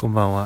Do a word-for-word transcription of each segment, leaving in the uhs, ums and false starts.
こんばんは。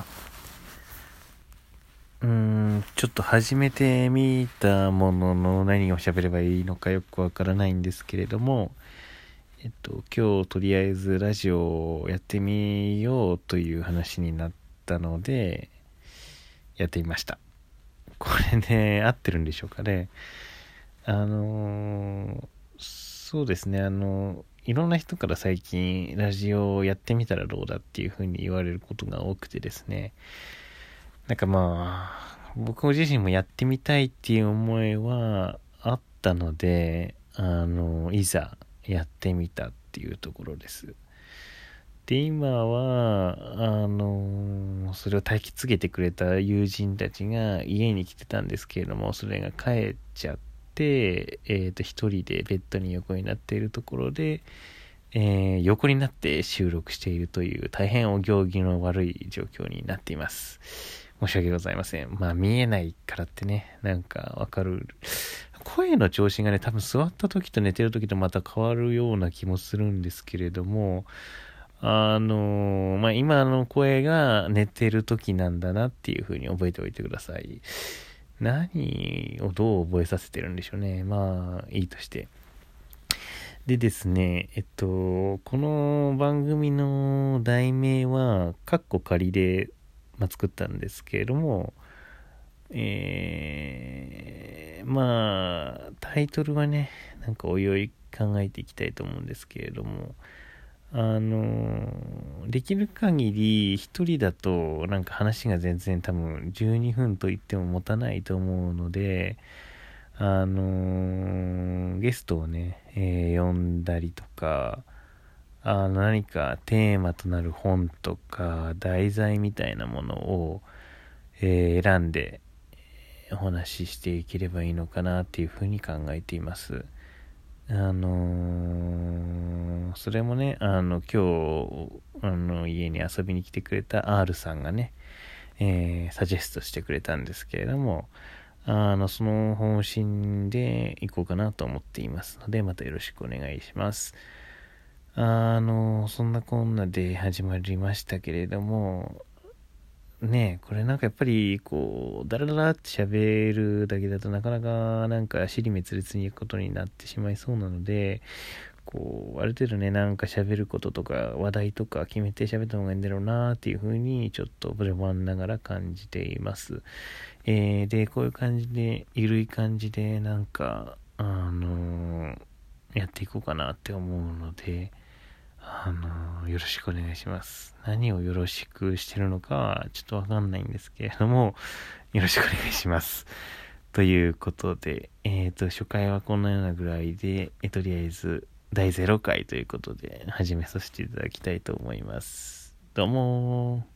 うーん、ちょっと始めてみたものの何を喋ればいいのかよくわからないんですけれども、えっと、今日とりあえずラジオをやってみようという話になったので、やってみました。これね、合ってるんでしょうかね。あのーそうですね、あの、いろんな人から最近ラジオをやってみたらどうだっていう風に言われることが多くてですね、なんかまあ、僕自身もやってみたいっていう思いはあったので、あの、いざやってみたっていうところです。で、今は、あの、それを焚きつけてくれた友人たちが家に来てたんですけれども、それが帰っちゃって、えっと、一人でベッドに横になっているところで、えー横になって収録しているという大変お行儀の悪い状況になっています。申し訳ございません。まあ見えないからってね、なんかわかる。声の調子がね、多分座った時と寝てる時とまた変わるような気もするんですけれども、あのーまあ今の声が寝てる時なんだなっていう風に覚えておいてください。何をどう覚えさせてるんでしょうね。まあいいとして。でですね、えっと、この番組の題名は、カッコ仮で、まあ、作ったんですけれども、えー、まあ、タイトルはね、なんかおいおい考えていきたいと思うんですけれども、あの、できる限り一人だと、なんか話が全然多分じゅうにふんと言っても持たないと思うので、あのーゲストをね、えー呼んだりとか、あの何かテーマとなる本とか題材みたいなものを、えー選んでお話ししていければいいのかなっていうふうに考えています。あのーそれもね、あの今日あの家に遊びに来てくれた R さんがね、えーサジェストしてくれたんですけれども、あの、その方針で行こうかなと思っていますので、またよろしくお願いします。あの、そんなこんなで始まりましたけれども、ねえ、これなんかやっぱり、こう、ダラダラって喋るだけだとなかなかなんか尻滅裂に行くことになってしまいそうなので、こう、ある程度ね、なんか喋ることとか話題とか決めて喋った方がいいんだろうなっていうふうに、ちょっとブレマンながら感じています。えー、で、こういう感じで、ゆるい感じで、なんか、あのーやっていこうかなって思うので、あのーよろしくお願いします。何をよろしくしてるのかは、ちょっとわかんないんですけれども、よろしくお願いします。ということで、えっ、と、初回はこんなようなぐらいで、えとりあえず、だいゼロかいということで、始めさせていただきたいと思います。どうもー。